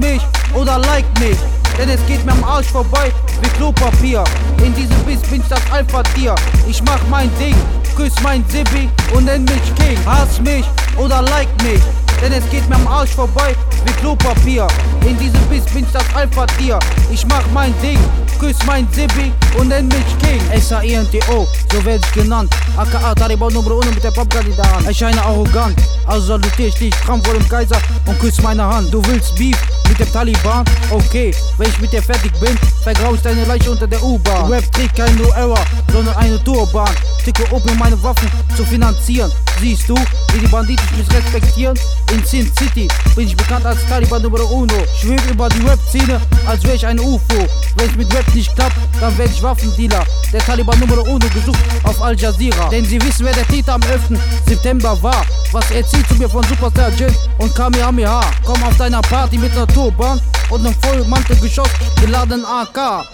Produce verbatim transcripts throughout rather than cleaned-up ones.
mich oder like mich, denn es geht mir am Arsch vorbei wie Klopapier. In diesem Biss bin ich das Alpha-Tier. Ich mach mein Ding, küss mein Sibi und nenn mich King. Hass mich oder like mich, denn es geht mir am Arsch vorbei wie Klopapier. In diesem Biss bin ich das Alpha-Tier. Ich mach mein Ding, küss mein Sibi und nenn mich King. S A E N T O, so werd ich genannt. A K A Taliban Nummer uno mit der Pappkandidat. Erscheine arrogant, also salutier ich dich stramm vor dem Kaiser und küss meine Hand. Du willst Beef mit dem Taliban? Okay, wenn ich mit dir fertig bin, vergrau ich deine Leiche unter der U-Bahn. Rap trägt kein New Era, sondern eine Tourbahn. Ticke op, um meine Waffen zu finanzieren. Siehst du, wie die Banditen mich respektieren? In Sin City bin ich bekannt als Taliban Nummer uno. Schweb über die Rap-Szene, als wär ich ein U F O. Wenn es mit Rap nicht klappt, dann werd ich Waffendealer. Der Taliban Nummer uno gesucht auf Al Jazeera. Denn sie wissen, wer der Täter am elften September war. Was erzählst du mir von Superstar Jin und Kamehameha? Komm auf deiner Party mit einer Turban und einem Vollmantelgeschoss geladenen A K.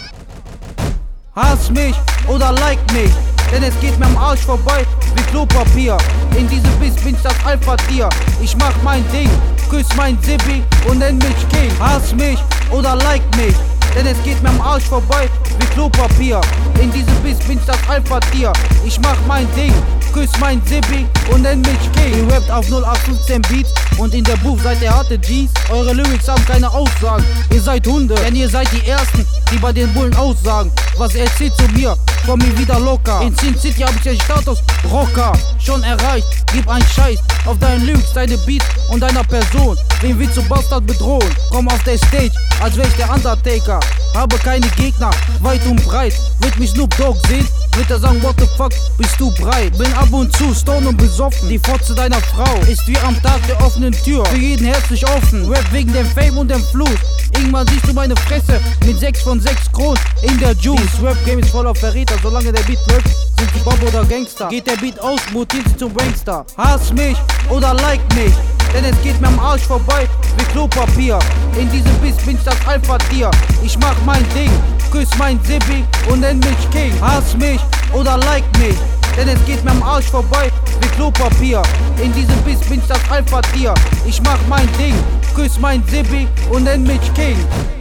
Hass mich oder like mich, denn es geht mir am Arsch vorbei wie Klopapier. In diesem Biss bin ich das Alpha-Tier. Ich mach mein Ding, küss mein Sibi und nenn mich King. Hass mich oder like mich, denn es geht mir am Arsch vorbei wie Klopapier. In diesem Biss bin ich das Alpha-Tier. Ich mach mein Ding, küss mein Sibi und nenn mich King. Ihr rappt auf null acht fünfzehn Beats und in der Booth seid ihr harte Gs. Eure Lyrics haben keine Aussagen, ihr seid Hunde, denn ihr seid die Ersten, die bei den Bullen aussagen. Was er erzählt zu mir, komm mir wieder locker. In Sin City hab ich den Status Rocker schon erreicht. Gib ein Scheiß auf deinen Lyrics, deine Beats und deiner Person. Wen willst du Bastard bedrohen? Komm auf der Stage, als wär ich der Undertaker. Habe keine Gegner, weit und breit. Wird mich Snoop Dogg sehen, wird er sagen, what the fuck, bist du breit? Bin ab und zu stone und besoffen. Die Fotze deiner Frau ist wie am Tag der offenen Tür, für jeden herzlich offen. Rap wegen dem Fame und dem Fluch. Irgendwann siehst du meine Fresse mit sechs von sechs Kronen in der Juice. Dieses Rap-Game ist voller Verräter, solange der Beat läuft, sind die Bob oder Gangster. Geht der Beat aus, mutiert sie zum Wankster. Hass mich oder like mich, denn es geht mir am Arsch vorbei wie Klopapier. In diesem Biss bin ich das Alpha-Tier. Ich mach mein Ding, küss mein Sibi und nenn mich King. Hass mich oder like mich, denn es geht mir am Arsch vorbei wie Klopapier. In diesem Biss bin ich das Alpha-Tier. Ich mach mein Ding, küss mein Sibi und nenn mich King.